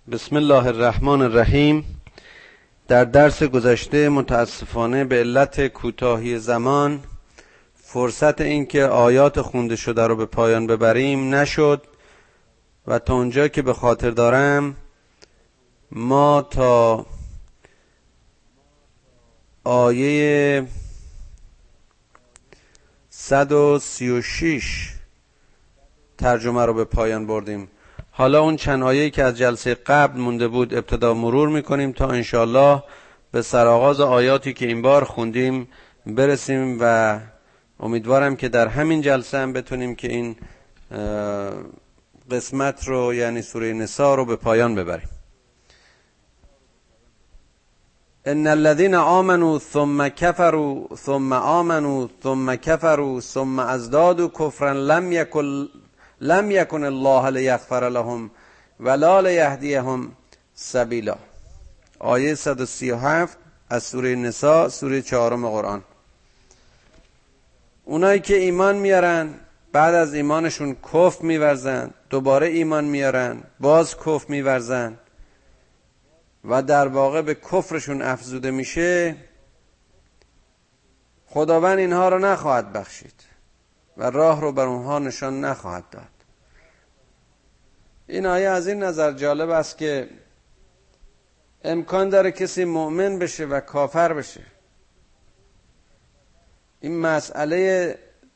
بسم الله الرحمن الرحیم. در درس گذشته متاسفانه به علت کوتاهی زمان فرصت این که آیات خونده شده رو به پایان ببریم نشد و تا اونجا که به خاطر دارم ما تا آیه 136 ترجمه رو به پایان بردیم. حالا اون چند آیه‌ای که از جلسه قبل مونده بود ابتدا مرور میکنیم تا انشالله به سرآغاز آیاتی که این بار خوندیم برسیم و امیدوارم که در همین جلسه هم بتونیم که این قسمت رو یعنی سوره نساء رو به پایان ببریم. ان الذين آمنوا ثم كفروا ثم آمنوا ثم كفروا ثم ازدادوا كفرا لم يكن الله ليغفر لهم ولا ليهديهم سبيلا. آیه 137 از سوره نساء، سوره 4 قرآن. اونایی که ایمان میارن بعد از ایمانشون کفر میورزن، دوباره ایمان میارن باز کفر میورزن و در واقع به کفرشون افزوده میشه، خداوند اینها رو نخواهد بخشید و راه رو بر اونها نشان نخواهد داد. این آیه از این نظر جالب است که امکان داره کسی مؤمن بشه و کافر بشه. این مسئله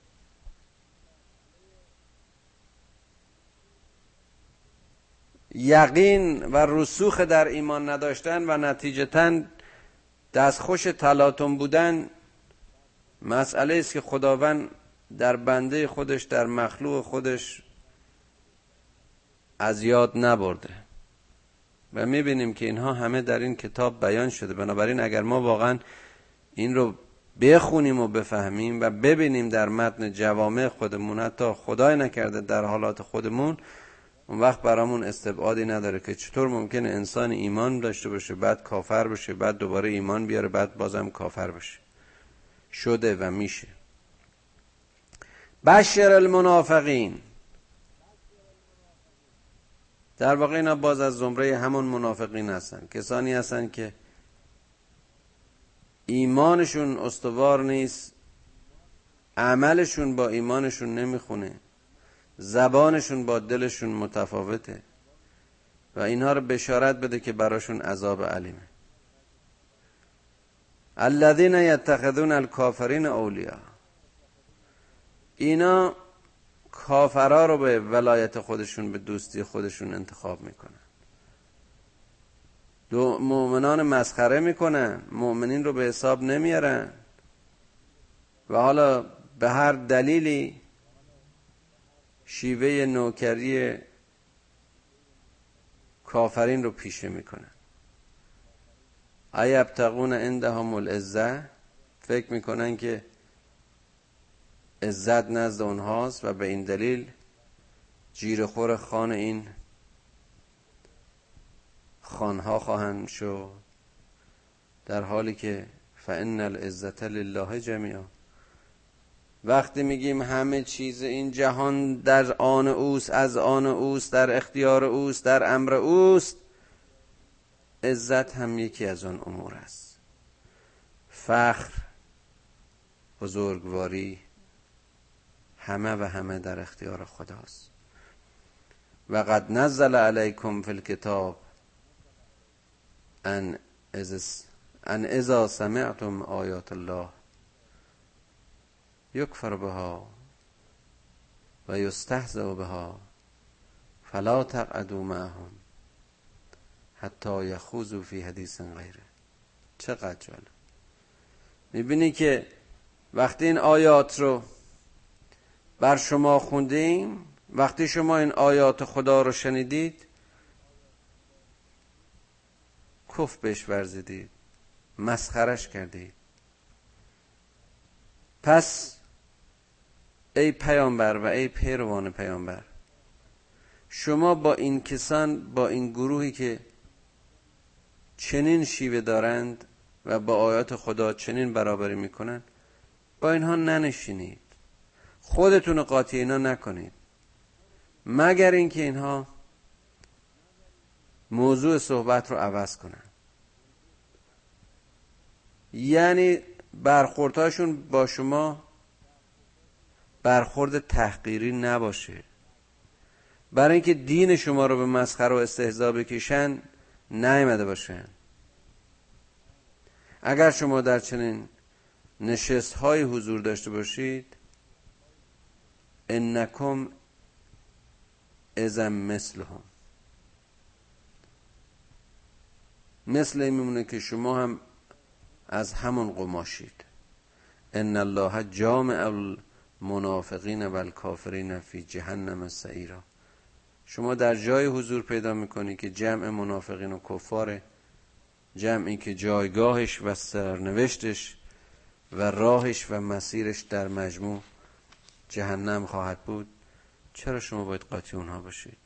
یقین و رسوخ در ایمان نداشتن و نتیجتاً دستخوش تلاطم بودن مسئله است که خداوند در بنده خودش، در مخلوق خودش از یاد نبرده و میبینیم که اینها همه در این کتاب بیان شده. بنابراین اگر ما واقعا این رو بخونیم و بفهمیم و ببینیم در متن جوامع خودمون، حتی خدای نکرده در حالات خودمون، اون وقت برامون استبعادی نداره که چطور ممکنه انسان ایمان داشته باشه بعد کافر بشه، بعد دوباره ایمان بیاره بعد بازم کافر بشه. شده و میشه. بشر المنافقین، در واقع اینا باز از زمره همون منافقین هستن، کسانی هستن که ایمانشون استوار نیست، عملشون با ایمانشون نمیخونه، زبانشون با دلشون متفاوته و اینها رو بشارت بده که براشون عذاب علیمه. الذين يتخذون الكافرين اولیاء، اینا کافرها رو به ولایت خودشون، به دوستی خودشون انتخاب میکنن. مؤمنان مسخره میکنن، مؤمنین رو به حساب نمیارن و حالا به هر دلیلی شیوه نوکری کافرین رو پیشه میکنن. ایبتغون عندهم العزة، فکر میکنن که عزت نزد اونهاست و به این دلیل جیره‌خور خان این خانها خواهند شد، در حالی که فإن العزة لله جمیعا. وقتی میگیم همه چیز این جهان در آن اوست، از آن اوست، در اختیار اوست، در امر اوست، عزت هم یکی از آن امور است. فخر، بزرگواری، همه و همه در اختیار خداست. و قد نزل علیکم فی الکتاب ان اذا سمعتم آیات الله یکفر بها و یستهزأ بها فلا تقعدوا معهم حتی یخوضوا فی حدیث غیره. چقدر جالب. میبینی که وقتی این آیات رو بر شما خوندیم، وقتی شما این آیات خدا رو شنیدید، کفر بهش ورزیدید، مسخرش کردید. پس ای پیامبر و ای پیروان پیامبر، شما با این کسان، با این گروهی که چنین شیوه دارند و با آیات خدا چنین برابری میکنن، با اینها ننشینید، خودتون قاطی اینا نکنید، مگر اینکه اینها موضوع صحبت رو عوض کنن، یعنی برخوردهاشون با شما برخورد تحقیری نباشه. برای اینکه دین شما رو به مسخره و استهزا بکشن نیامده باشن. اگر شما در چنین نشست‌های حضور داشته باشید، انکم اذا مثلهم، مثل این میمونه که شما هم از همون قماشید. ان الله جامع المنافقین و الکافرین فی جهنم سعیرا. شما در جای حضور پیدا میکنی که جمع منافقین و کفاره، جمعی که جایگاهش و سرنوشتش و راهش و مسیرش در مجموع جهنم خواهد بود. چرا شما باید قاطی اونها باشید؟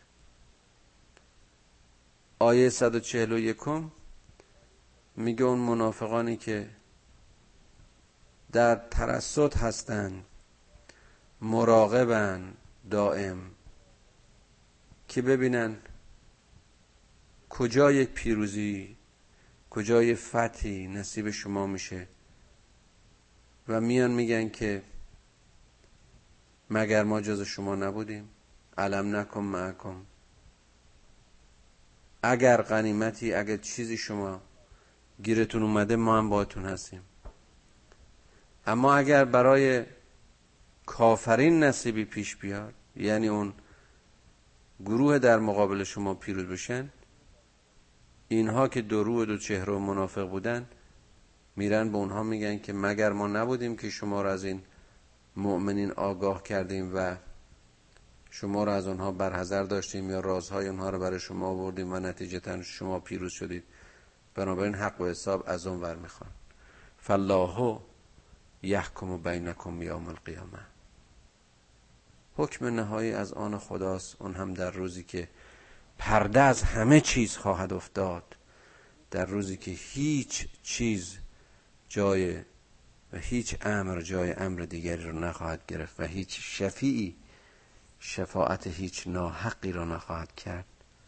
آیه 141 میگه اون منافقانی که در ترصد هستن، مراقبن دائم که ببینن کجای پیروزی، کجای فتحی نصیب شما میشه و میان میگن که مگر ما جز شما نبودیم؟ الم نکن معکم. اگر غنیمتی، اگر چیزی شما گیرتون اومده ما هم باهاتون هستیم. اما اگر برای کافرین نصیبی پیش بیاد، یعنی اون گروه در مقابل شما پیروز بشن، اینها که دو رو و دو چهره و منافق بودن میرن به اونها میگن که مگر ما نبودیم که شما را از این مؤمنین آگاه کردیم و شما را از اونها برحذر داشتیم یا رازهای اونها را برای شما آوردیم و نتیجتا شما پیروز شدید. بنابراین حق و حساب از اون ور میخوان. فالله یحکم بینکم یوم القیامه. حکم نهایی از آن خداست، اون هم در روزی که پرده از همه چیز خواهد افتاد، در روزی که هیچ چیز جای و هیچ امر جای امر دیگری رو نخواهد گرفت و هیچ شفیعی شفاعت هیچ ناحقی رو نخواهد کرد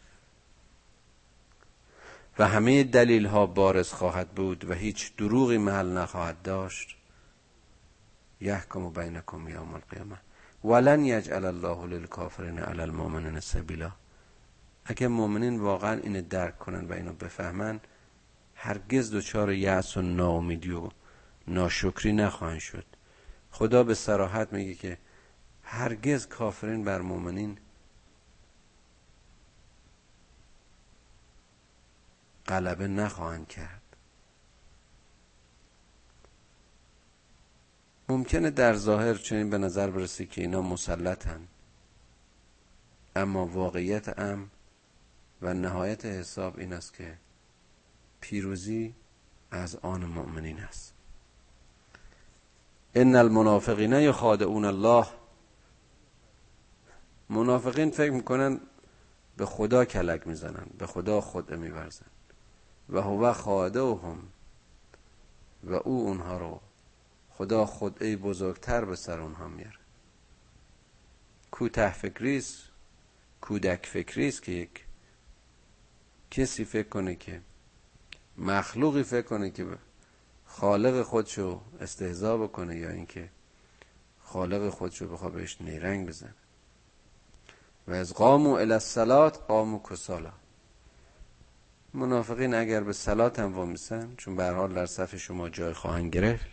و همه دلیل ها بارز خواهد بود و هیچ دروغی محل نخواهد داشت. یحکم بینکم یوم القیامه ولن یجعل الله للکافرین علی المؤمنین سبیلا. اگه مؤمنین واقعا اینو درک کنن و اینو بفهمن، هرگز دچار یأس و ناامیدی و ناشکری نخواهند شد. خدا به صراحت میگه که هرگز کافرین بر مؤمنین غلبه نخواهند کرد. ممکنه در ظاهر چنین به نظر برسه که اینا مسلطن، اما واقعیت امر و نهایت حساب این است که پیروزی از آن مؤمنین است. ان المنافقین یخادعون الله. منافقین فکر میکنن به خدا کلک میزنن، به خدا خدعه میورزن و هو خادعهم، و او اونها رو، خدا خدعه بزرگتر به سر اونها میاره. کوته فکریست، کودک فکریست که یک کسی فکر کنه که مخلوقی فکر کنه که خالق خودشو استهزا بکنه یا اینکه خالق خودشو بخواد بهش نیرنگ بزنه. و از قاموا الی الصلاة قاموا کسالا. منافقین اگر به صلات هم وامیستن، چون به هر حال در صف شما جای خواهند گرفت،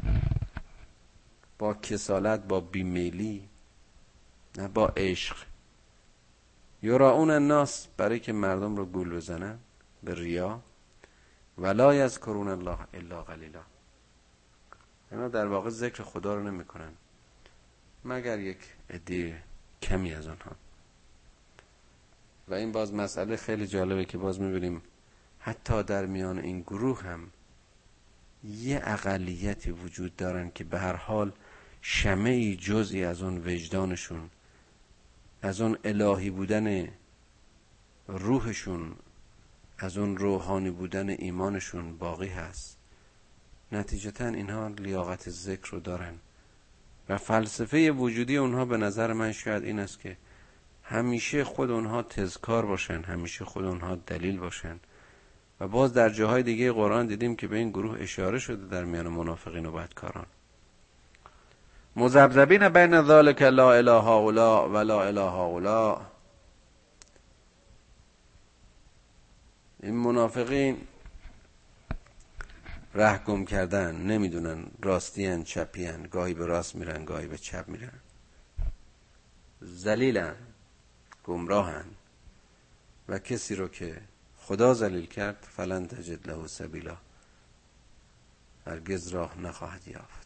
با کسالت، با بیمیلی، نه با عشق. یراؤون الناس، برای که مردم رو گول بزنن، به ریا. ولا یذکرون الله الا قلیلا. اینا در واقع ذکر خدا رو نمی کنن مگر یک عده کمی از آنها. و این باز مسئله خیلی جالبه که باز میبینیم حتی در میان این گروه هم یه اقلیتی وجود دارن که به هر حال شمعی جزئی از اون وجدانشون، از اون الهی بودن روحشون، از اون روحانی بودن ایمانشون باقی هست. نتیجتا اینها لیاقت ذکر رو دارن و فلسفه وجودی اونها به نظر من شاید این است که همیشه خود اونها تذکار باشن، همیشه خود اونها دلیل باشن. و باز در جاهای دیگه قرآن دیدیم که به این گروه اشاره شده در میان منافقین و بدکاران. مذبذبین بین ذلک لا اله هؤلاء و لا اله هؤلاء. این منافقین ره گم کردن، نمیدونن راستی ان چپی ان، گاهی به راست میرن گاهی به چپ میرن، ذلیلن، گمراهن. و کسی رو که خدا ذلیل کرد فلن تجد له سبیلا، هرگز راه نخواهد یافت.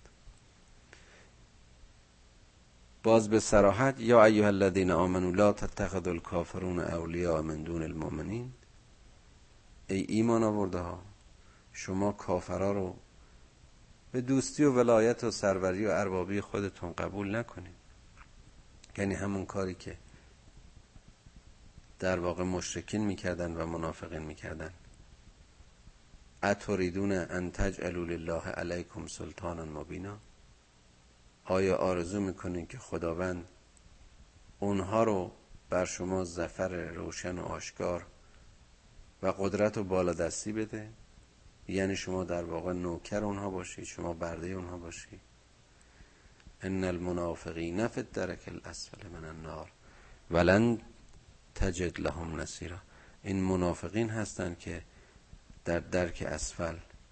باز به صراحت یا ایها الذین آمنوا لا تتخذوا الکافرون اولیاء من دون المؤمنین. ای ایمان آورده ها، شما کافرها رو به دوستی و ولایت و سروری و اربابی خودتون قبول نکنید. یعنی همون کاری که در واقع مشرکین میکردن و منافقین میکردن. اتریدون ان تجعلوا لله علیکم سلطانا مبینا. آیا آرزو میکنین که خداوند اونها رو بر شما ظفر روشن و آشکار و قدرت و بالادستی بده؟ یعنی شما در واقع نوکر اونها باشید، شما برده اونها باشید. ان المنافقین فی الدرک الاسفل من النار ولن تجد لهم نصیرا. این منافقین هستند که در درک اسفل،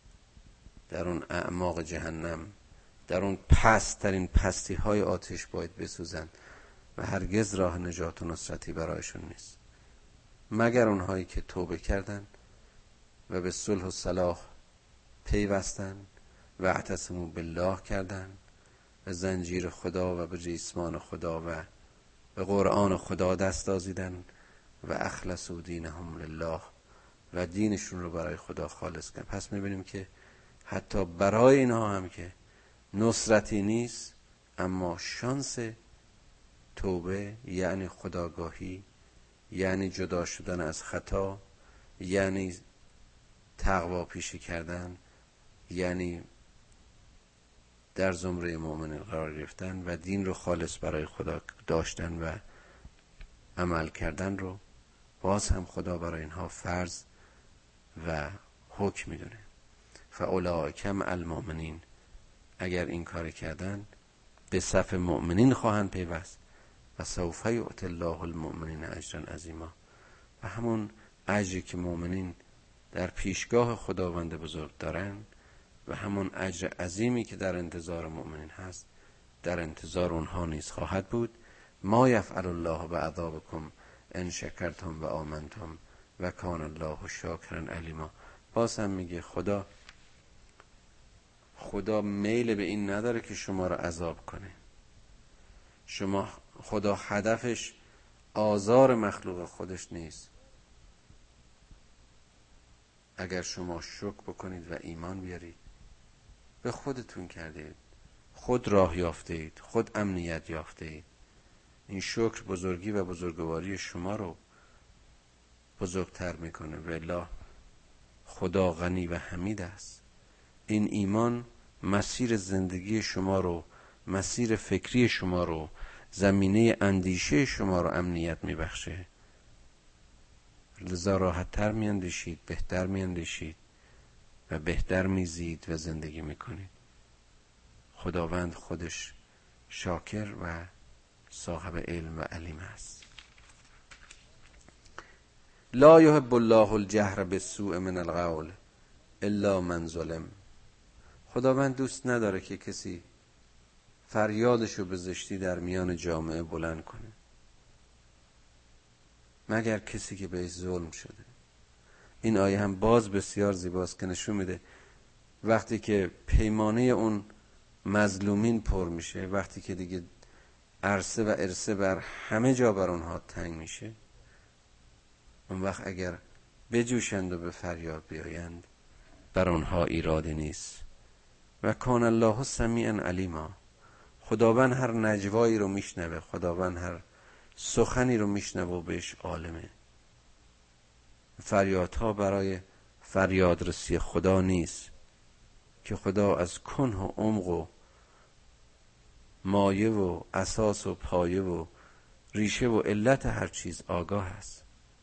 در اون اعماق جهنم، در اون پست ترین پستی های آتش باید بسوزند و هرگز راه نجات و نصرتی برایشون نیست مگر اونهایی که توبه کردن و به صلح و صلاح پیوستن و اعتصموا بالله کردن، به زنجیر خدا و به ریسمان خدا و به قرآن خدا دست دازیدن و اخلصوا دینهم لله و دینشون رو برای خدا خالص کردن. پس میبینیم که حتی برای اینها هم که نصرتی نیست، اما شانس توبه یعنی خودآگاهی، یعنی جدا شدن از خطا، یعنی تقوا پیشه کردن، یعنی در زمره مؤمنین قرار گرفتن و دین رو خالص برای خدا داشتن و عمل کردن رو باز هم خدا برای اینها فرض و حکم میدونه. فاولئک مع المؤمنین، اگر این کار کردن به صف مؤمنین خواهند پیوست و سوف یؤتی الله المؤمنین اجرا عظیما. و همون اجری که مؤمنین در پیشگاه خداوند بزرگ دارن و همون اجر عظیمی که در انتظار مؤمنین هست در انتظار اونها نیز خواهد بود. ما یفعل الله بعذابکم ان شکرتم و آمنتم و کان الله شاکرا علیما. باز هم میگه خدا میل به این نداره که شما را عذاب کنه. خدا هدفش آزار مخلوق خودش نیست. اگر شما شکر بکنید و ایمان بیارید، به خودتون کردید، خود راه یافته اید، خود امنیت یافته اید. این شکر بزرگی و بزرگواری شما رو بزرگتر میکنه. والله خدا غنی و حمید است. این ایمان مسیر زندگی شما رو، مسیر فکری شما رو، زمینه اندیشه شما رو امنیت میبخشه. لذا راحت تر میاندیشید، بهتر میاندیشید و بهتر میزید و زندگی میکنید. خداوند خودش شاکر و صاحب علم و علیم است. لا یحب الله الجهر بالسوء من القول الا من ظلم. خداوند دوست نداره که کسی فریادشو به زشتی در میان جامعه بلند کنه مگر کسی که بهش ظلم شده. این آیه هم باز بسیار زیباست که نشون میده وقتی که پیمانه اون مظلومین پر میشه، وقتی که دیگه عرصه و عرصه بر همه جا بر اونها تنگ میشه، اون وقت اگر بجوشند و به فریاد بیایند بر اونها ایرادی نیست. و کان الله سمیعا علیما. خداوند هر نجوایی رو میشنوه، خداوند هر سخنی رو میشنوه و بهش عالمه. فریادها برای فریادرسی خدا نیست که خدا از کنه و عمق و مایه و اساس و پایه و ریشه و علت هر چیز آگاه است.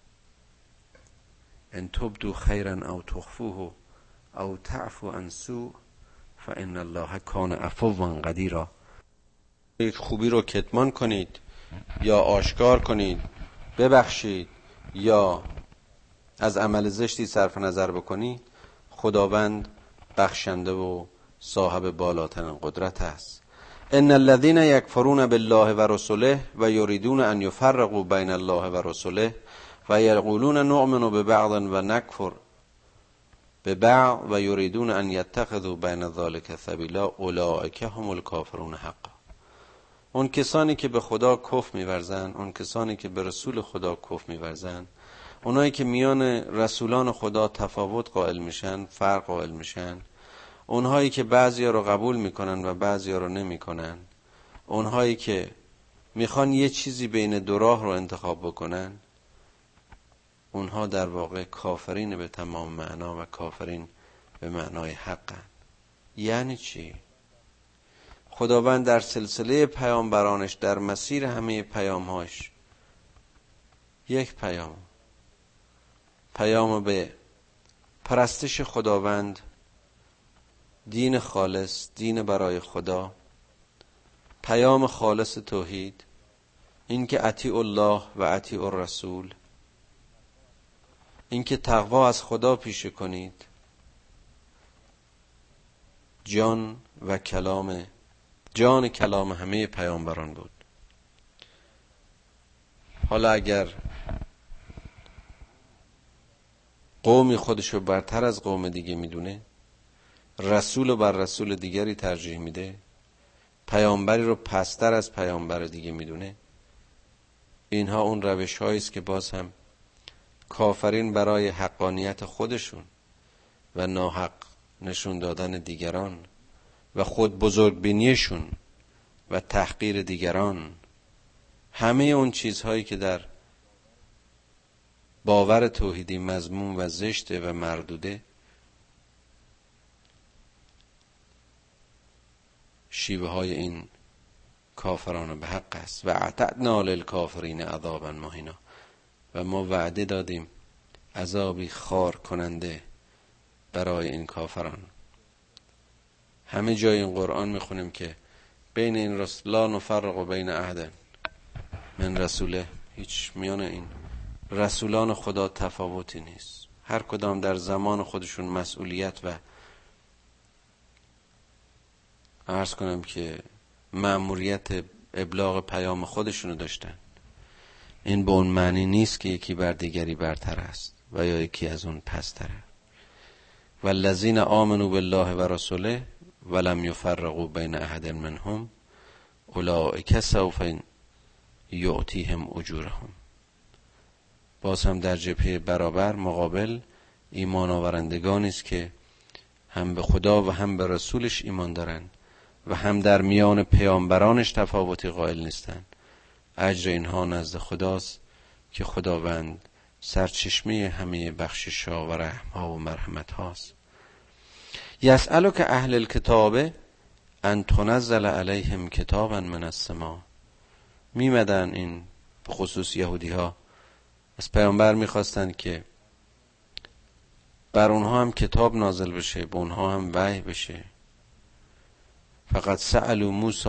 ان تبدو خیرا او تخفوه او تعفو عن سوء فان الله کان عفوا قدیرا. یک خوبی رو کتمان کنید یا آشکار کنید، ببخشید یا از عمل زشتی صرف نظر بکنید، خداوند بخشنده و صاحب بالاترین قدرت است. ان الذين يكفرون بالله ورسله ويريدون ان يفرقوا بين الله ورسله ويقولون نؤمن ببعض ونكفر ببعض ويريدون ان يتخذوا بين ذلك سبيلا اولئك هم الكافرون حقا. اون کسانی که به خدا کفر می‌ورزند، اون کسانی که به رسول خدا کفر می‌ورزند، اونایی که میان رسولان خدا تفاوت قائل میشن، فرق قائل میشن، اونهایی که بعضیا رو قبول میکنن و بعضیا رو نمیکنن، اونهایی که میخوان یه چیزی بین دو راه رو انتخاب بکنن، اونها در واقع کافرین به تمام معنا و کافرین به معنای حقن. یعنی چی؟ خداوند در سلسله پیامبرانش، در مسیر همه پیامهاش، یک پیام به پرستش خداوند، دین خالص، دین برای خدا، پیام خالص توحید، این که اطیع الله و اطیع الرسول، این که تقوا از خدا پیشه کنید، جان کلام همه پیامبران بود. حالا اگر قومی خودشو برتر از قوم دیگه میدونه، رسول رو بر رسول دیگری ترجیح میده، پیامبری رو پستر از پیامبر دیگه میدونه، اینها اون روش هایی است که باز هم کافرین برای حقانیت خودشون و ناحق نشون دادن دیگران و خود بزرگ بینیشون و تحقیر دیگران، همه اون چیزهایی که در باور توحیدی مذموم و زشته و مردوده، شیوه های این کافران به حق است. و اعتدنا للکافرین عذابا مهینا، و ما وعده دادیم عذابی خار کننده برای این کافران. همه جای این قرآن میخونیم که بین این رسول لا نفرق بین احد من رسوله، هیچ میان این رسولان خدا تفاوتی نیست، هر کدام در زمان خودشون مسئولیت و عرض کنم که مأموریت ابلاغ پیام خودشونو داشتن. این به اون معنی نیست که یکی بر دیگری برتر است و یا یکی از اون پستره. والذین آمنوا بالله و رسوله ولم یفرقوا بین احد منهم اولئک سوف یؤتیهم اجورهم. باز هم در جبهه برابر مقابل ایمان آورندگانی است که هم به خدا و هم به رسولش ایمان دارن و هم در میان پیامبرانش تفاوتی قائل نیستن. اجر اینها نزد خداست که خداوند سرچشمه همه بخشش‌ها و رحم‌ها و مرحمت‌هاست. یسألک اهل الکتاب ان تنزل علیهم کتابا من السماء. میمدن این به خصوص یهودی‌ها از پیامبر میخواستن که بر اونها هم کتاب نازل بشه، به اونها هم وحی بشه. فقط سألوا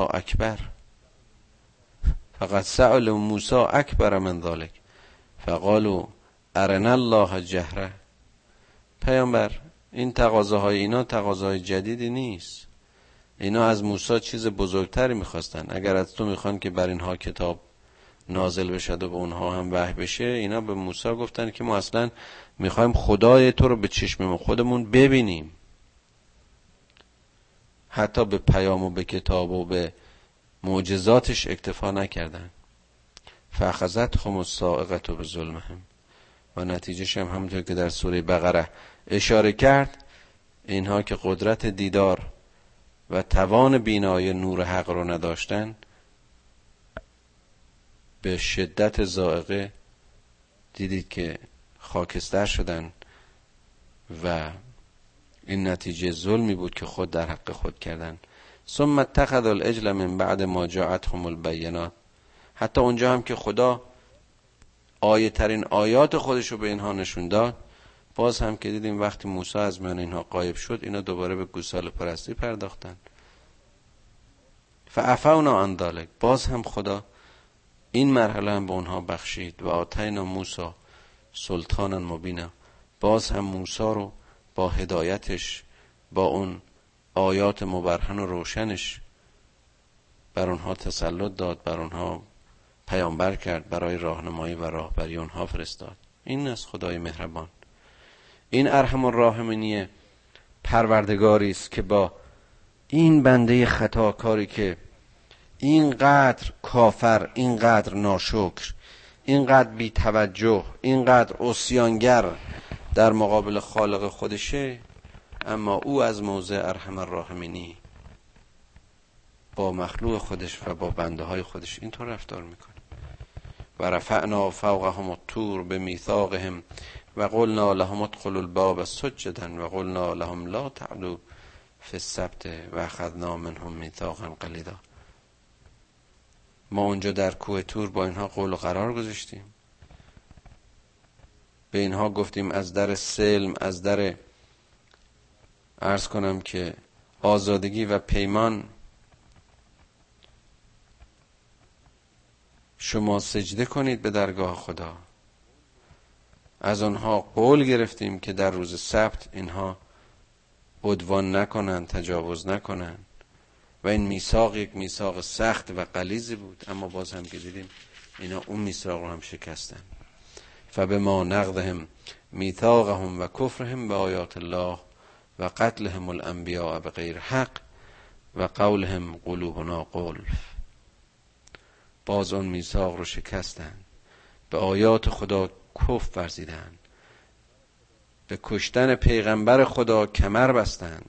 موسی اکبر من ذلک فقالوا ارنا الله جهره. پیامبر این تقاضاهای اینا تقاضاهای جدیدی نیست، اینا از موسی چیز بزرگتری میخواستن. اگر از تو میخوان که بر اینها کتاب نازل بشه و به اونها هم وحی بشه، اینا به موسی گفتن که ما اصلا میخوایم خدای تو رو به چشم خودمون ببینیم. حتی به پیام و به کتاب و به معجزاتش اکتفا نکردن. فاخذتهم الصاعقة بظلمهم، و نتیجهش هم همونطور که در سوره بقره اشاره کرد، اینها که قدرت دیدار و توان بینایی نور حق رو نداشتن، به شدت ضائقه دیدید که خاکستر شدن و این نتیجه ظلمی بود که خود در حق خود کردن. ثم اتخذوا العجل من بعد ما جاءتهم البینات حتی اونجا هم که خدا آیه ترین آیات خودش رو به اینها نشون داد، باز هم که دیدیم وقتی موسی از میان اینها غایب شد، اینا دوباره به گوساله پرستی پرداختن. فعفونا عن ذلک، باز هم خدا این مرحله هم به اونها بخشید. و آتینا موسی سلطانا مبینا، باز هم موسی رو با هدایتش، با اون آیات مبرهن و روشنش بر اونها تسلط داد، بر اونها پیامبر کرد، برای راهنمایی و راهبری اونها فرستاد. این از خدای مهربان. این ارحم الراحمینی پروردگاری است که با این بنده خطاکاری که اینقدر کافر، اینقدر ناشکر، اینقدر بی توجه، اینقدر عصیانگر در مقابل خالق خودشه، اما او از موضع ارحم الراحمینی با مخلوق خودش و با بنده های خودش اینطور رفتار میکنه. و رفعنا فوقهم الطور بمیثاقهم و قلنا لهم ادخلوا الباب سجدا و قلنا لهم لا تعدوا فی السبت و اخذنا منهم میثاقا غلیظا. ما اونجا در کوه طور با اینها قول و قرار گذاشتیم، به اینها گفتیم از در سلم، از در عرض کنم که آزادگی و پیمان شما سجده کنید به درگاه خدا. از آنها قول گرفتیم که در روز سبت اینها عدوان نکنن، تجاوز نکنن و این میثاق یک میثاق سخت و غلیظی بود، اما باز هم که دیدیم اینا اون میثاق رو هم شکستن. فبما نقضهم میثاقهم و کفرهم بآیات الله و قتلهم الانبیاء بغیر حق و قولهم قلوبنا غلف، باز اون میثاق رو شکستن، به آیات خدا کفر ورزیدن، به کشتن پیغمبر خدا کمر بستند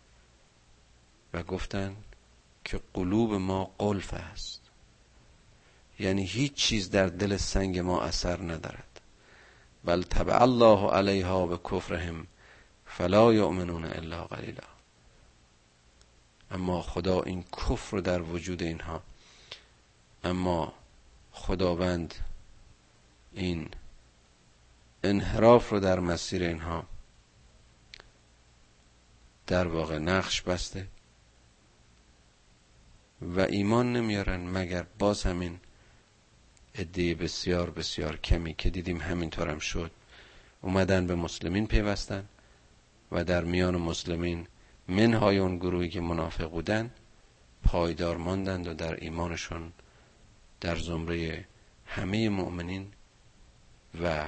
و گفتن که قلوب ما غلف است، یعنی هیچ چیز در دل سنگ ما اثر ندارد. بل طبع الله علیها بکفرهم فلا یؤمنون الا قلیلا. اما خدا این کفر رو در وجود اینها، اما خداوند این انحراف رو در مسیر اینها در واقع نقش بسته و ایمان نمیارن مگر باز همین عده بسیار بسیار کمی که دیدیم همینطور هم شد، اومدن به مسلمین پیوستن و در میان مسلمین منهای اون گروهی که منافق بودن پایدار ماندند و در ایمانشون در زمره همه مؤمنین و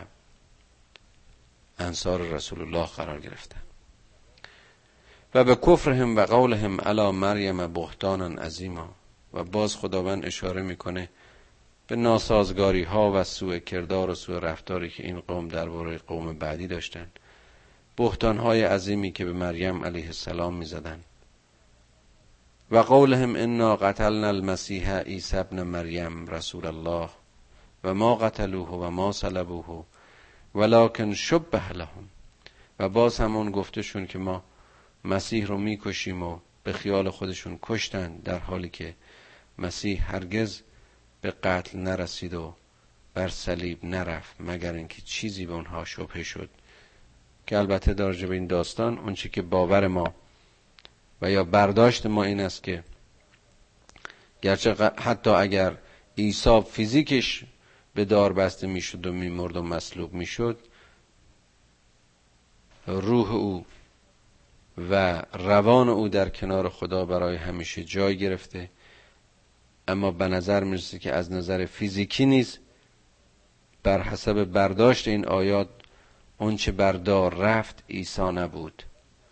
انصار رسول الله قرار گرفتن. و به کفرهم و قولهم علی مریم بهتانا عظیما، و باز خداوند اشاره میکنه به ناسازگاری ها و سوء کردار و سوء رفتاری که این قوم درباره قوم بعدی داشتن، بهتان های عظیمی که به مریم علیه السلام میزدن. و قولهم انا قتلنا المسیح عیسی ابن مریم رسول الله و ما قتلوه و ما صلبوه ولکن شبه لهم، و باز همون گفتشون که ما مسیح رو میکشیم و به خیال خودشون کشتن، در حالی که مسیح هرگز به قتل نرسید و بر صلیب نرفت مگر اینکه چیزی به اونها شبهه شد، که البته در جبه این داستان اون چی که باور ما و یا برداشت ما این است که گرچه حتی اگر عیسی فیزیکش به دار بسته میشد و میمرد و مصلوب میشد، روح او و روان او در کنار خدا برای همیشه جای گرفته. اما به نظر میرسه که از نظر فیزیکی نیز بر حسب برداشت این آیات اون چه بردار رفت عیسی نبود.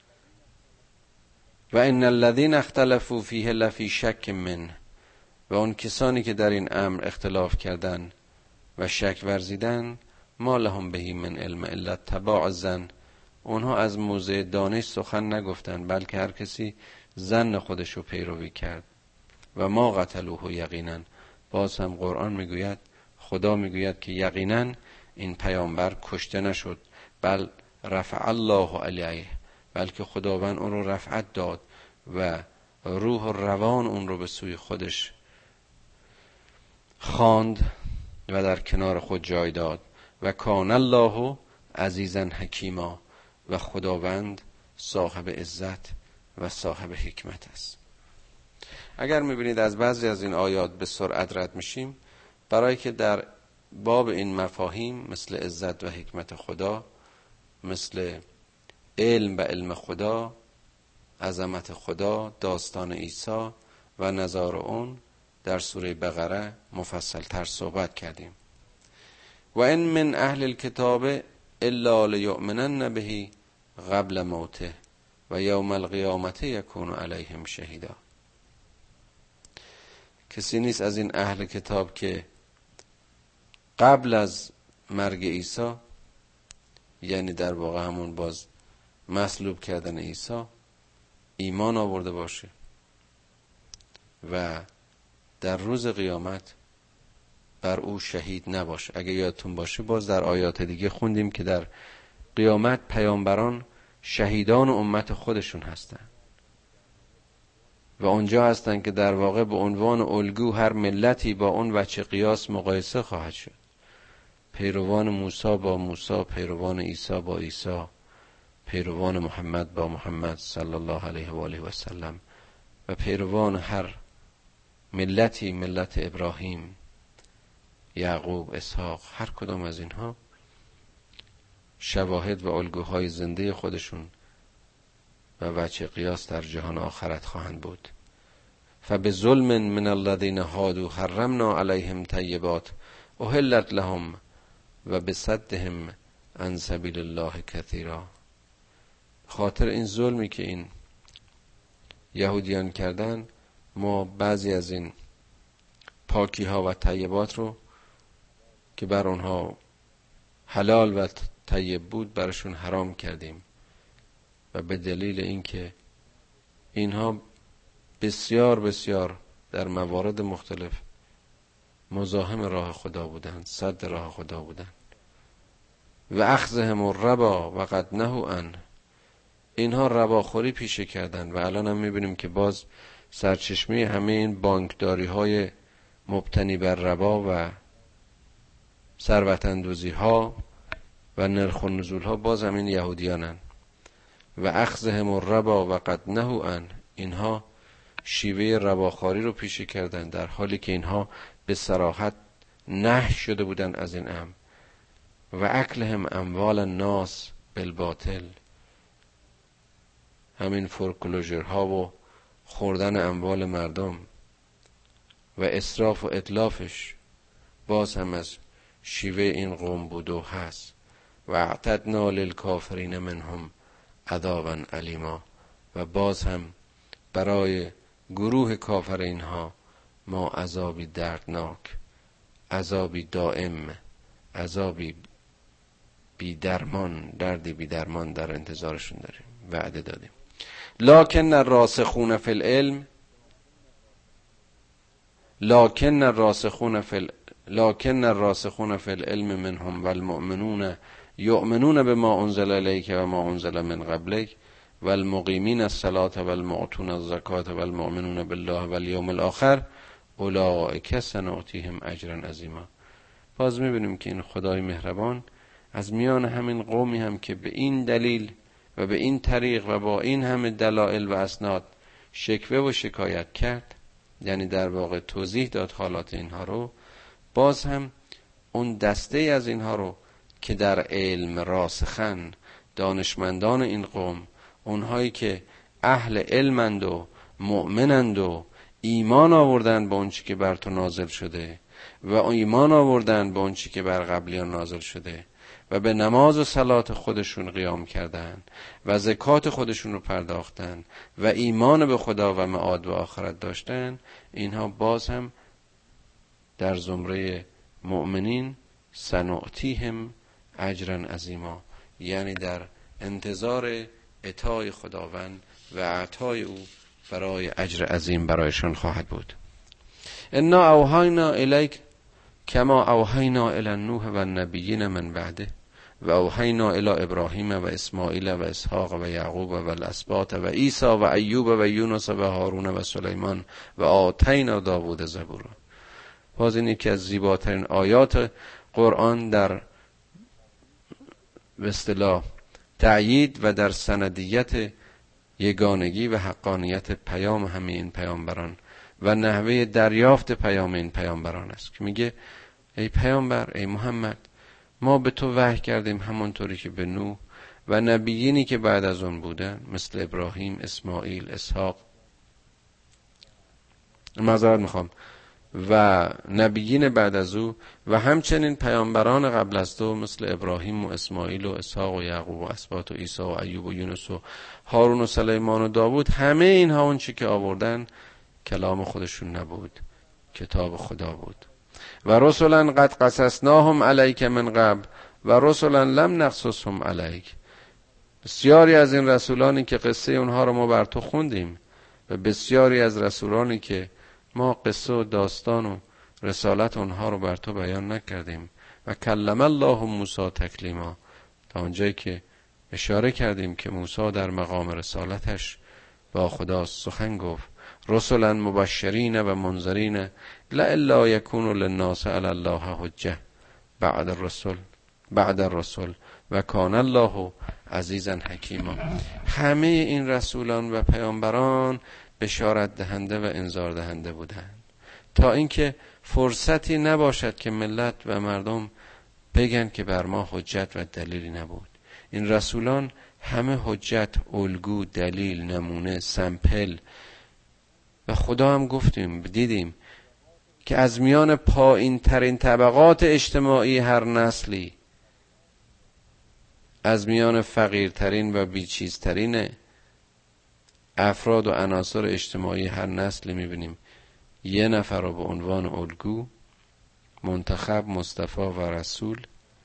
و ان الذين اختلفوا فیه لفی شک منه، و اون کسانی که در این امر اختلاف کردن و شک ورزیدن، ما لهم بهی من علم الا اتباع الظن، اونها از موضع دانش سخن نگفتن بلکه هر کسی ظن خودش رو پیروی کرد. و ما قتلوه یقینا، باز هم قرآن میگوید، خدا میگوید که یقینا این پیامبر کشته نشد، بل رفع الله علیه، بلکه خداوند اون رو رفعت داد و روح و روان اون رو به سوی خودش خواند و در کنار خود جای داد و کان الله عزیزا حکیما و خداوند صاحب عزت و صاحب حکمت است. اگر میبینید از بعضی از این آیات به سرعت رد میشیم، برای که در باب این مفاهیم مثل عزت و حکمت خدا، مثل علم و علم خدا، عظمت خدا، داستان عیسی و نظار اون در سوره بقره مفصل تر صحبت کردیم. و ان من اهل الكتاب الا لیؤمنن به قبل موته و یوم القیامت یکون علیهم شهیدا. کسی نیست از این اهل کتاب که قبل از مرگ عیسی، یعنی در واقع همون باز مصلوب کردن عیسی، ایمان آورده باشه و در روز قیامت بر او شهید نباشه. اگه یادتون باشه باز در آیات دیگه خوندیم که در قیامت پیامبران شهیدان امت خودشون هستن و اونجا هستن که در واقع به عنوان الگو هر ملتی با اون وجه قیاس مقایسه خواهد شد. پیروان موسی با موسی، پیروان عیسی با عیسی، پیروان محمد با محمد صلی الله علیه و آله و سلم و پیروان هر ملتی، ملت ابراهیم، یعقوب، اسحاق، هر کدام از اینها شواهد و الگوهای زنده خودشون و وجه قیاس در جهان آخرت خواهند بود. فبظلم من الذین هادوا حرمنا علیهم طیبات احلت لهم و بصدهم عن سبیل الله کثیرا. خاطر این ظلمی که این یهودیان کردن، ما بعضی از این پاکی ها و طیبات رو که بر اونها حلال و طیب بود برشون حرام کردیم و به دلیل اینکه اینها بسیار بسیار در موارد مختلف مزاحم راه خدا بودند، صد راه خدا بودند. و اخذهم الربا و قد نهوا عنه، اینها رباخوری پیشه کردن و الان هم میبینیم که باز سرچشمه همه این بانکداری های مبتنی بر ربا و ثروت اندوزی ها و نرخ و نزول ها باز همین یهودیانن. و اخذهم الربا و قد نهوا عنه، اینها شیوه رباخواری رو پیشه کردن در حالی که اینها به صراحت نهی شده بودن از این امر. و اکلهم اموال الناس بالباطل، همین فورکلوژرها و خوردن اموال مردم و اسراف و اتلافش باز هم از شیوه این قوم بود و هست. و اعتدنا للکافرین منهم عذابا الیما، و باز هم برای گروه کافر اینها ما عذابی دردناک، عذابی دائم، عذابی بی درمان، دردی بی درمان در انتظارشون داریم، وعده دادیم. لکن الراسخون فی العلم لکن الراسخون فی العلم منهم والمؤمنون یؤمنون بما انزل الیک و ما انزل من قبلک والمقیمین الصلاة والمعطون الزکاة والمؤمنون بالله والیوم الاخر اولئک سنؤتیهم اجرا عظیما. باز میبینیم که این خدای مهربان از میان همین قومی هم که به این دلیل و به این طریق و با این همه دلائل و اسناد شکوه و شکایت کرد، یعنی در واقع توضیح داد حالات اینها رو، باز هم اون دسته از اینها رو که در علم راسخن، دانشمندان این قوم، اونهایی که اهل علمند و مؤمنند و ایمان آوردن به اون چی که بر تو نازل شده و ایمان آوردن به اون چی که بر قبلیان نازل شده و به نماز و صلات خودشون قیام کردن و زکات خودشون رو پرداختن و ایمان به خدا و معاد و آخرت داشتن، اینها باز هم در زمره مؤمنین سنؤتیهم اجرا عظیما، یعنی در انتظار عطای خداوند و عطای او برای اجر عظیم برایشان خواهد بود. انا اوحینا الیک کما اوحینا الی نوح و النبیین من بعده و اوحینا الی ابراهیم و اسماعیل و اسحاق و یعقوب و الاسباط و عیسی و ایوب و یونس و هارون و سلیمان و آتینا داوود زبورا. باز این یکی از زیباترین آیات قرآن در به اصطلاح تأیید و در سندیت یگانگی و حقانیت پیام همه این پیامبران و نحوه دریافت پیام این پیامبران است که میگه ای پیامبر، ای محمد، ما به تو وحی کردیم همونطوری که به نوح و نبیینی که بعد از اون بودن مثل ابراهیم، اسماعیل، اسحاق، معذرت میخوام، و نبیین بعد از او و همچنین پیامبران قبل از تو مثل ابراهیم و اسماعیل و اسحاق و یعقوب و اسباط و عیسی و ایوب و یونس و هارون و سلیمان و داوود، همه اینها اون چی که آوردن کلام خودشون نبود، کتاب خدا بود. و رسولا قد قصصناهم علیک من قبل و رسولا لم نقصصهم علیک. بسیاری از این رسولانی که قصه اونها رو ما بر تو خوندیم و بسیاری از رسولانی که ما قصه و داستان و رسالت اونها رو بر تو بیان نکردیم. و کلم الله موسی تکلیما، تا اونجایی که اشاره کردیم که موسی در مقام رسالتش با خدا سخن گفت. رسلا مبشرین و منذرین لئلا یکون للناس علی الله حجه بعد الرسل و کان الله عزیزا حکیما. همه این رسولان و پیامبران بشارت دهنده و انذار دهنده بودند تا اینکه فرصتی نباشد که ملت و مردم بگن که بر ما حجت و دلیلی نبود. این رسولان همه حجت، الگو، دلیل، نمونه، سمپل. و خدا هم گفتیم دیدیم که از میان پایین ترین طبقات اجتماعی هر نسلی، از میان فقیرترین و بیچیزترین افراد و عناصر اجتماعی هر نسلی میبینیم یه نفر رو به عنوان الگو، منتخب، مصطفی و رسول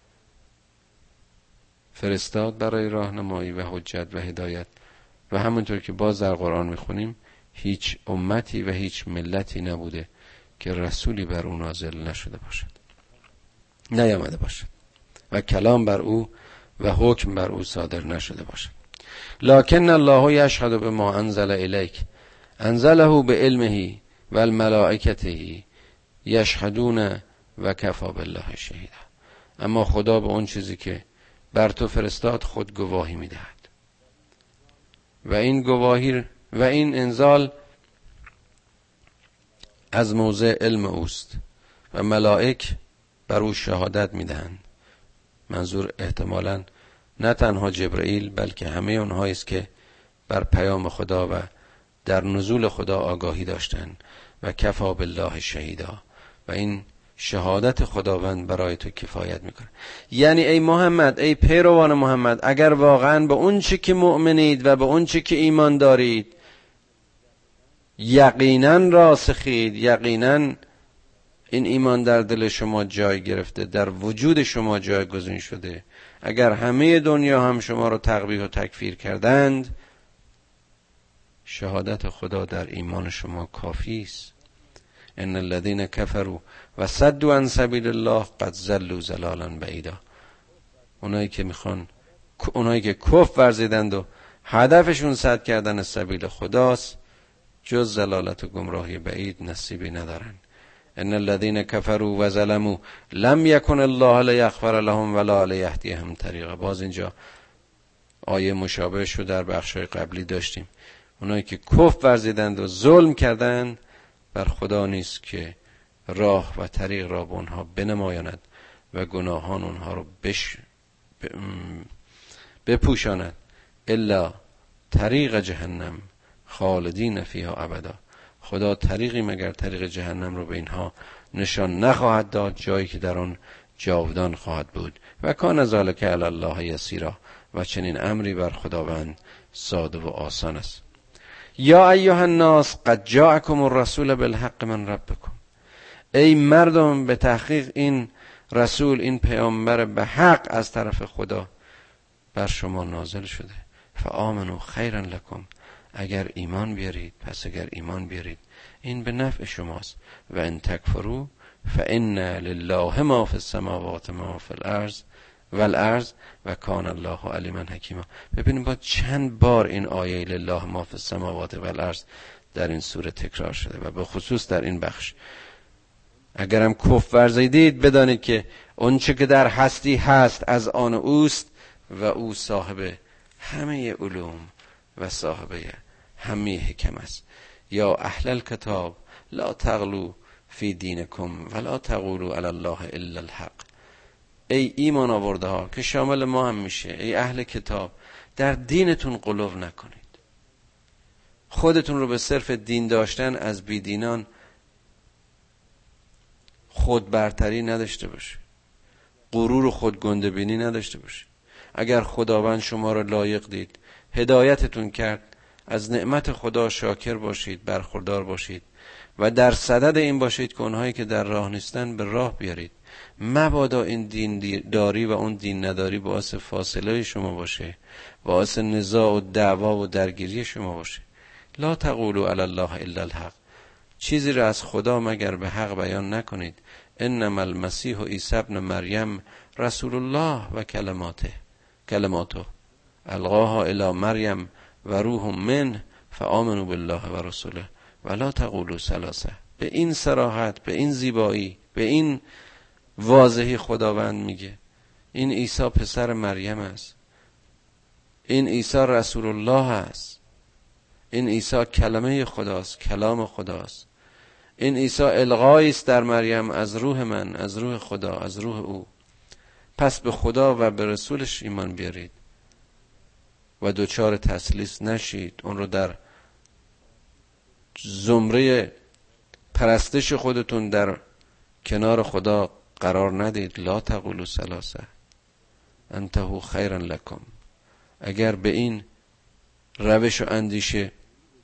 فرستاد برای راهنمایی و حجت و هدایت. و همونطور که باز در قرآن میخونیم هیچ امتی و هیچ ملتی نبوده که رسولی بر او نازل نشده باشد، نیامده باشد و کلام بر او و حکم بر او صادر نشده باشد. لکن الله یشهد بما انزل الیک انزله بعلمه و الملائکته یشهدون و کفی بالله شهیدا. اما خدا به اون چیزی که بر تو فرستاد خود گواهی میدهد و این گواهی و این انزال از موضع علم اوست و ملائک بر او شهادت میدهند. منظور احتمالاً نه تنها جبرئیل بلکه همه اونهایی است که بر پیام خدا و در نزول خدا آگاهی داشتند. و کفی بالله شهیدا، و این شهادت خداوند برای تو کفایت میکنه. یعنی ای محمد، ای پیروان محمد، اگر واقعا به اون چی که مؤمنید و به اون چی که ایمان دارید یقینا راسخید، یقینا این ایمان در دل شما جای گرفته، در وجود شما جایگزین شده، اگر همه دنیا هم شما رو تقبیح و تکفیر کردند، شهادت خدا در ایمان شما کافی است. ان الذين كفروا وصدوا عن سبيل الله قد ضلوا ضلالا بعیدا. اونایی که کفر ورزیدند و هدفشون سد کردن سبیل خداست، جز ضلالت و گمراهی بعید نصیبی ندارن. ان الذين كفروا وظلموا لم يكن الله ليغفر لهم ولا ليهديهم طریقا. باز اینجا آیه مشابهش رو در بخشای قبلی داشتیم. اونایی که کفر ورزیدند و ظلم کردند، بر خدا نیست که راه و طریق را به اونها بنمایاند و گناهان اونها رو بپوشاند. الا طریق جهنم خالدین فیها ابدا. خدا طریقی مگر طریق جهنم رو به اینها نشان نخواهد داد، جایی که در آن جاودان خواهد بود. و کان ذلک علی الله یسیرا، و چنین امری بر خداوند ساده و آسان است. یا ایها الناس قد جاءکم الرسول بالحق من ربکم. ای مردم، به تحقیق این رسول، این پیامبر به حق از طرف خدا بر شما نازل شده. فآمنوا خیرا لکم. اگر ایمان بیارید، پس اگر ایمان بیارید این به نفع شماست. و ان تکفروا فان لله ما فی السماوات ما فی الارض والارض و کان الله علیما حکیما. ببینید با چند بار این آیه لله ما فی السماوات والارض در این سوره تکرار شده و به خصوص در این بخش. اگرم کفر ورزیدید بدانید که اون چه که در هستی هست از آن اوست و او صاحب همه علوم و صاحب همه حکم است. یا اهل الکتاب لا تغلو فی دینکم ولا تقولوا علی الله الا الحق. ای ایمان آورده ها که شامل ما هم میشه، ای اهل کتاب، در دینتون غلو نکنید. خودتون رو به صرف دین داشتن از بیدینان خود برتری نداشته باشید، غرور و خودگنده بینی نداشته باشید. اگر خداوند شما را لایق دید، هدایتتون کرد، از نعمت خدا شاکر باشید، برخوردار باشید و در صدد این باشید که اونهایی که در راه نیستن به راه بیارید. مبادا این دین داری و اون دین نداری باعث فاصله شما باشه، باعث نزاع و دعوا و درگیری شما باشه. لا تقولوا علی الله الا الحق. چیزی را از خدا مگر به حق بیان نکنید. انما المسیح عیسی ابن مریم رسول الله و کلماته القاها الی مریم و روح منه فآمنوا بالله و رسوله ولا تقولوا ثلاثه. به این صراحت، به این زیبایی، به این واضحی خداوند میگه این عیسی پسر مریم است، این عیسی رسول الله است، این عیسی کلمه خداست، کلام خداست، این عیسی القایی است در مریم از روح من، از روح خدا، از روح او. پس به خدا و به رسولش ایمان بیارید و دوچار تثلیث نشید، اون رو در زمره پرستش خودتون در کنار خدا قرار ندید. لا تقولوا ثلاثه انتهوا خیرا لکم. اگر به این روش و اندیشه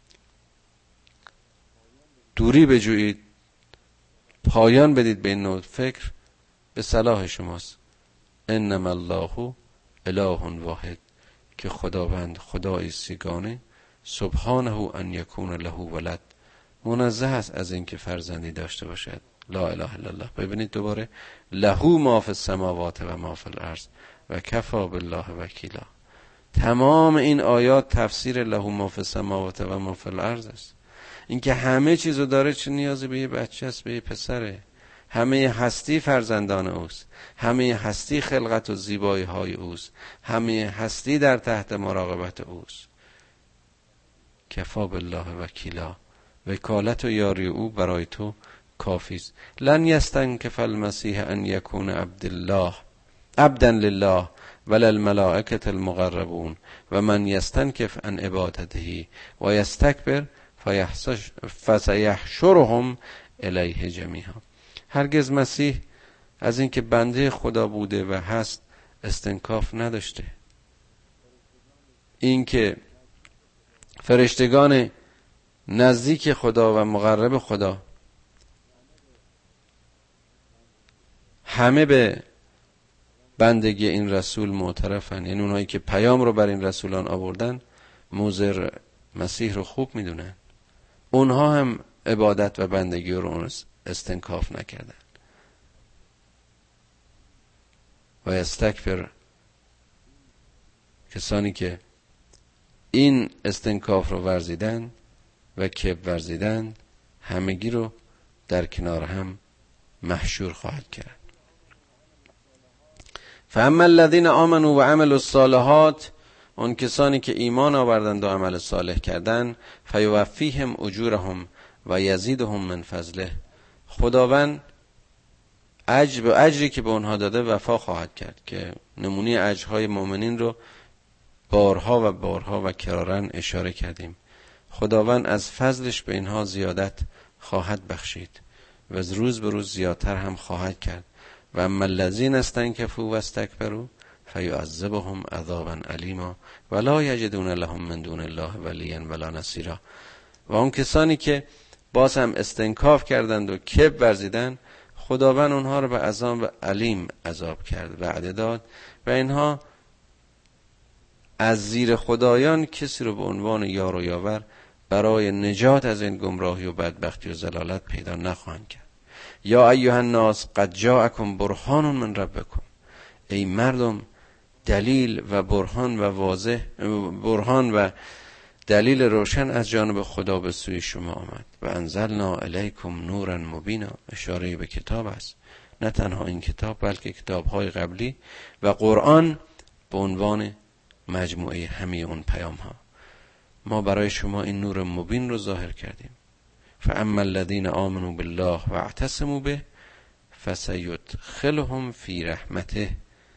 دوری بجویید، پایان بدید به این نوع فکر، به صلاح شماست. انما الله اله واحد، که خداوند خدای سیگانه، سبحانه ان یکون له ولد، منزه است از اینکه فرزندی داشته باشد. لا اله الا الله. ببینید دوباره، له ما فی السماوات و ما فی الارض و کفی بالله وکیلا. تمام این آیات تفسیر له ما فی السماوات و ما فی الارض است. اینکه همه چیزو داره، چه نیازی به یه بچه است، به یه پسره؟ همه هستی فرزندان اوست، همه هستی خلقت و زیبایی های اوست، همه هستی در تحت مراقبت اوست. کفا بالله وکیلا، وکالت و یاری او برای تو کافی است. لن یستنکف المسیح ان یکون عبدا لله ولا الملائکه المقربون و من یستنکف عن عبادته و یستکبر فسیحشرهم الیه جمیعا. هرگز مسیح از اینکه بنده خدا بوده و هست استنکاف نداشته. اینکه فرشتگان نزدیک خدا و مقرب خدا همه به بندگی این رسول معترفن، یعنی اونهایی که پیام رو بر این رسولان آوردن موضع مسیح رو خوب میدونن، اونها هم عبادت و بندگی رو استنکاف نکردن. و استکبر، کسانی که این استنکاف رو ورزیدن و کبر ورزیدن، همگی رو در کنار هم محشور خواهد کرد. فاما الذین آمنوا و عملوا الصالحات، اون کسانی که ایمان آوردند و عمل صالح کردند، فیوفیهم اجورهم و یزیدهم من فضله، خداوند اجری که به اونها داده وفا خواهد کرد، که نمونه اجرهای مؤمنین رو بارها و بارها و کرارن اشاره کردیم. خداوند از فضلش به اینها زیادت خواهد بخشید و از روز به روز زیادتر هم خواهد کرد. و اما الذین استنکفوا و استکبروا فیعذبهم عذابا الیما ولا یجدون لهم من دون الله ولیا ولا نصیرا. و اون کسانی که باز هم استنکاف کردند و کبر ورزیدند، خداوند اونها رو به عذاب علیم عذاب کرد، وعده داد و اینها از زیر خدایان کسی رو به عنوان یار و یاور برای نجات از این گمراهی و بدبختی و ضلالت پیدا نخواهند کرد. یا ایها الناس قد جاءکم برهان من ربکم، ای مردم دلیل و برهان و واضح، برهان و دلیل روشن از جانب خدا به سوی شما آمد و انزلنا الیکم نورا مبینا. اشاره به کتاب است، نه تنها این کتاب بلکه کتاب‌های قبلی و قرآن به عنوان مجموعه همه اون پیام ها. ما برای شما این نور مبین رو ظاهر کردیم. فاما الذین آمنوا بالله واعتصموا به فسیدخلهم فی رحمته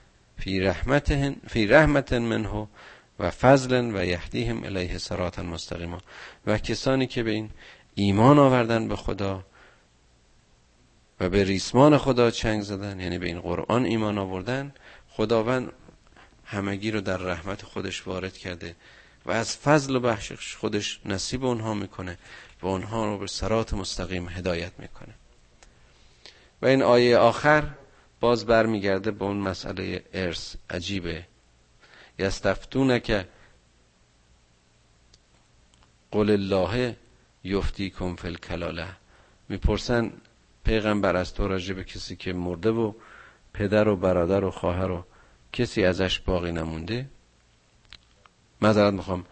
فی رحمت منه و فضل و یهدیهم الیه صراطا مستقیما. و کسانی که به این ایمان آوردن به خدا و به ریسمان خدا چنگ زدن، یعنی به این قرآن ایمان آوردن، خداوند همگی رو در رحمت خودش وارد کرده و از فضل و بخشش خودش نصیب اونها میکنه و اونها رو به صراط مستقیم هدایت میکنه. و این آیه آخر باز برمیگرده به اون مسئله ارث. عجیبه. یستفتونک قل الله یفتیکم فی الکلاله. میپرسن پیغمبر از تو راجع به کسی که مرده و پدر و برادر و خواهر و کسی ازش باقی نمونده. معذرت میخوام،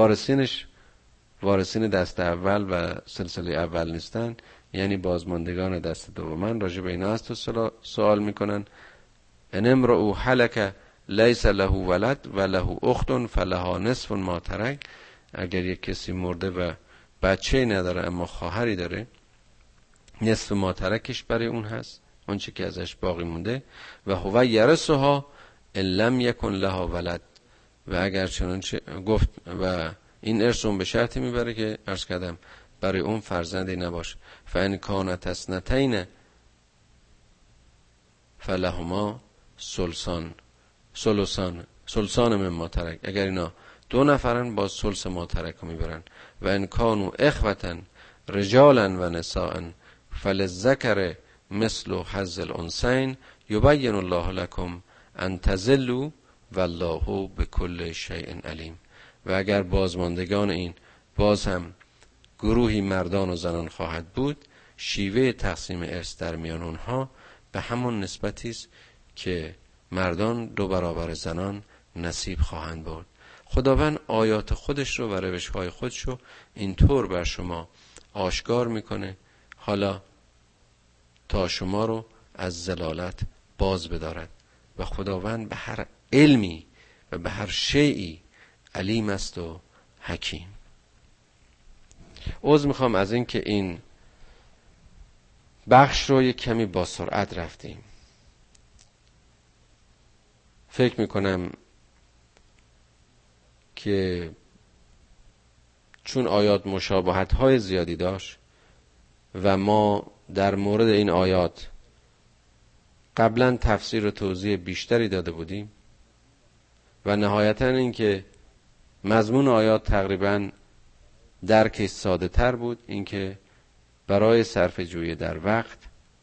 وارثین دست اول و سلسله اول نیستن، یعنی بازماندگان دست دومن. راجع به اینا از تو سوال میکنن. ان امرؤ هلک لیس له ولد و له اخت فلها نصف ما ترک. اگر یک کسی مرده و بچه‌ای نداره اما خواهری داره، نصف ما ترکش برای اون هست، اون چی که ازش باقی مونده. و هو یرثها ان لم یکن لها ولد. و اگر چنانچه گفت و این ارث اون به شرطی میبره که عرض کردم برای اون فرزندی نباشه. فان کانت اثنتین فلهما ثلثان مما ترک. اگر اینا دو نفرن باز ثلث ما ترک رو میبرن. و ان کانوا اخوة رجالا و نساء فللذکر مثل حظ الانثیین یبین الله لكم ان تضلوا والله بكل شیء علیم. و اگر بازماندگان این باز هم گروهی مردان و زنان خواهد بود، شیوه تقسیم ارث در میان اونها به همون نسبتی است که مردان 2 برابر زنان نصیب خواهند برد. خداوند آیات خودش رو و روش‌های خودش رو اینطور بر شما آشکار میکنه، حالا تا شما رو از ضلالت باز بدارد. و خداوند به هر علمی و به هر شیئی علیم است و حکیم. عذر میخوام از این که این بخش رو یک کمی با سرعت رفتیم. فکر میکنم که چون آیات مشابهت های زیادی داشت و ما در مورد این آیات قبلا تفسیر و توضیح بیشتری داده بودیم و نهایتا این که مضمون آیات تقریبا درک ساده تر بود، این که برای صرف جویی در وقت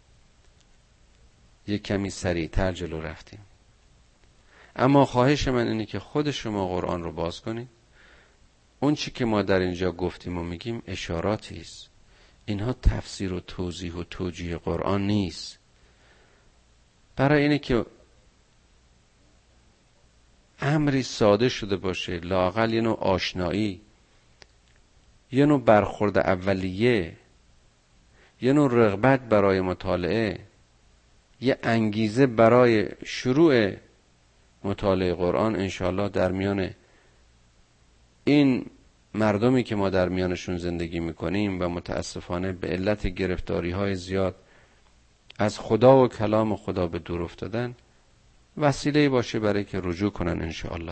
یک کمی سریعتر جلو رفتیم. اما خواهش من اینه که خود شما قرآن رو باز کنید. اون چی که ما در اینجا گفتیم و میگیم اشاراتی است. اینها تفسیر و توضیح و توجیه قرآن نیست. برای اینه که امری ساده شده باشه، لااقل یه نوع آشنایی، یه نوع برخورد اولیه، یه نوع رغبت برای مطالعه، یه انگیزه برای شروع مطالعه قرآن انشاءالله در میان این مردمی که ما در میانشون زندگی میکنیم و متاسفانه به علت گرفتاری های زیاد از خدا و کلام خدا به دور افتادن وسیله باشه برای که رجوع کنن انشاءالله.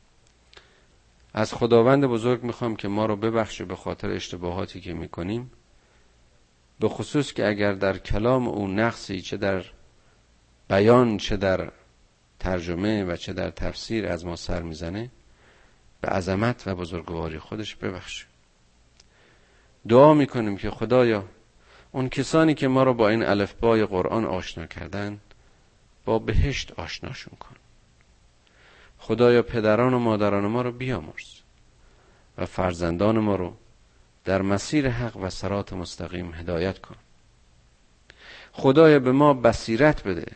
از خداوند بزرگ میخوام که ما رو ببخشه به خاطر اشتباهاتی که میکنیم، به خصوص که اگر در کلام او نقصی چه در بیان چه در ترجمه و چه در تفسیر از ما سر میزنه، به عظمت و بزرگواری خودش ببخشه. دعا میکنیم که خدایا اون کسانی که ما رو با این الفبای قرآن آشنا کردن با بهشت آشناشون کن. خدایا پدران و مادران ما رو بیامرز و فرزندان ما رو در مسیر حق و صراط مستقیم هدایت کن. خدایا به ما بصیرت بده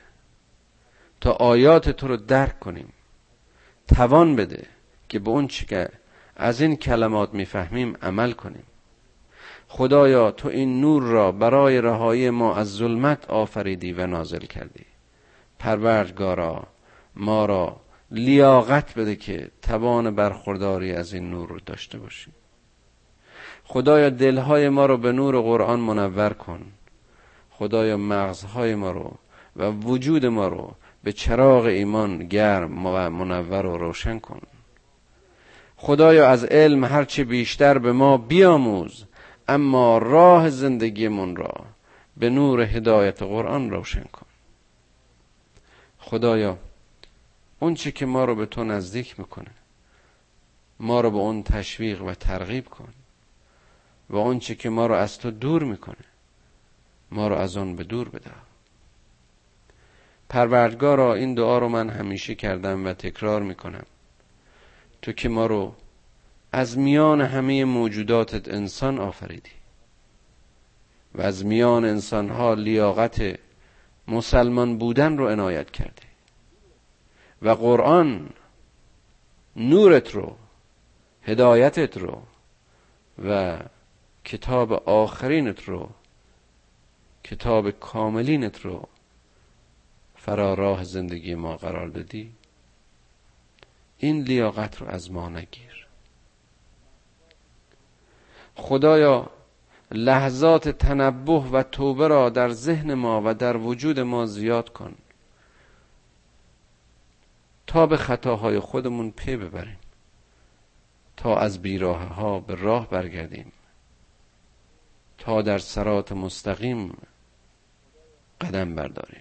تا آیات تو رو درک کنیم، توان بده که به اون چی که از این کلمات میفهمیم عمل کنیم. خدایا تو این نور را برای رهایی ما از ظلمت آفریدی و نازل کردی. پروردگارا ما را لیاقت بده که توان برخورداری از این نور رو داشته باشیم. خدایا دلهای ما رو به نور قرآن منور کن. خدایا مغزهای ما رو و وجود ما رو به چراغ ایمان گرم و منور و روشن کن. خدایا از علم هرچه بیشتر به ما بیاموز، اما راه زندگیمون را به نور هدایت قرآن روشن کن. خدایا اون چی که ما رو به تو نزدیک میکنه ما رو به اون تشویق و ترغیب کن، و اون چی که ما رو از تو دور میکنه ما رو از اون به دور بدار. پروردگارا این دعا رو من همیشه کردم و تکرار میکنم. تو که ما رو از میان همه موجوداتت انسان آفریدی و از میان انسانها لیاقت مسلمان بودن رو عنایت کردی و قرآن نورت رو، هدایتت رو و کتاب آخرینت رو، کتاب کاملینت رو فرا راه زندگی ما قرار دادی. این لیاقت رو از ما نگیر. خدایا لحظات تنبه و توبه را در ذهن ما و در وجود ما زیاد کن تا به خطاهای خودمون پی ببریم، تا از بیراه ها به راه برگردیم، تا در صراط مستقیم قدم برداریم.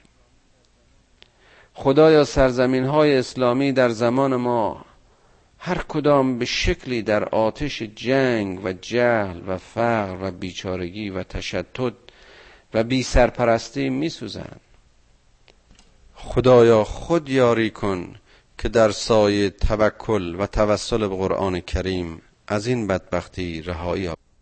خدایا سرزمین های اسلامی در زمان ما هر کدام به شکلی در آتش جنگ و جهل و فقر و بیچارگی و تشتت و بی سرپرستی می سوزند. خدایا خود یاری کن که در سایه توکل و توسل به قرآن کریم از این بدبختی رهایی